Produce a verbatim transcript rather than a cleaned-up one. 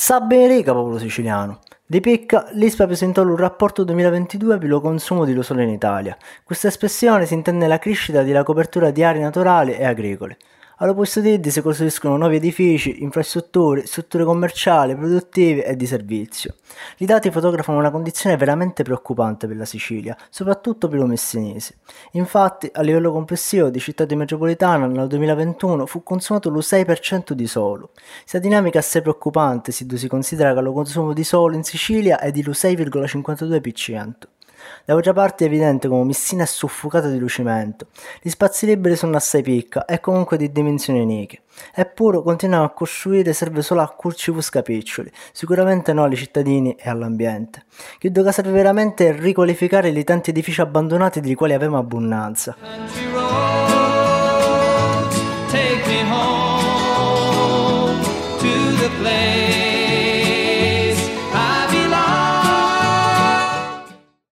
Sabbe rica, popolo siciliano. Di picca, l'I S P A presentò un rapporto duemilaventidue per lo consumo di solo in Italia. Questa espressione si intende la crescita della copertura di aree naturali e agricole. Allo posto di si costruiscono nuovi edifici, infrastrutture, strutture commerciali, produttive e di servizio. I dati fotografano una condizione veramente preoccupante per la Sicilia, soprattutto per lo messinese. Infatti, a livello complessivo di città metropolitana nel duemilaventuno fu consumato lo sei per cento di solo. Questa dinamica è assai preoccupante se si considera che lo consumo di solo in Sicilia è di lo sei virgola cinquantadue per cento. D'altra parte è evidente come Messina è soffocata di lucimento, gli spazi liberi sono assai picca e comunque di dimensioni uniche, eppure continuano a costruire serve solo a curci scapiccioli, sicuramente no ai cittadini e all'ambiente. Credo che serve veramente riqualificare i tanti edifici abbandonati di quali avevamo abbondanza.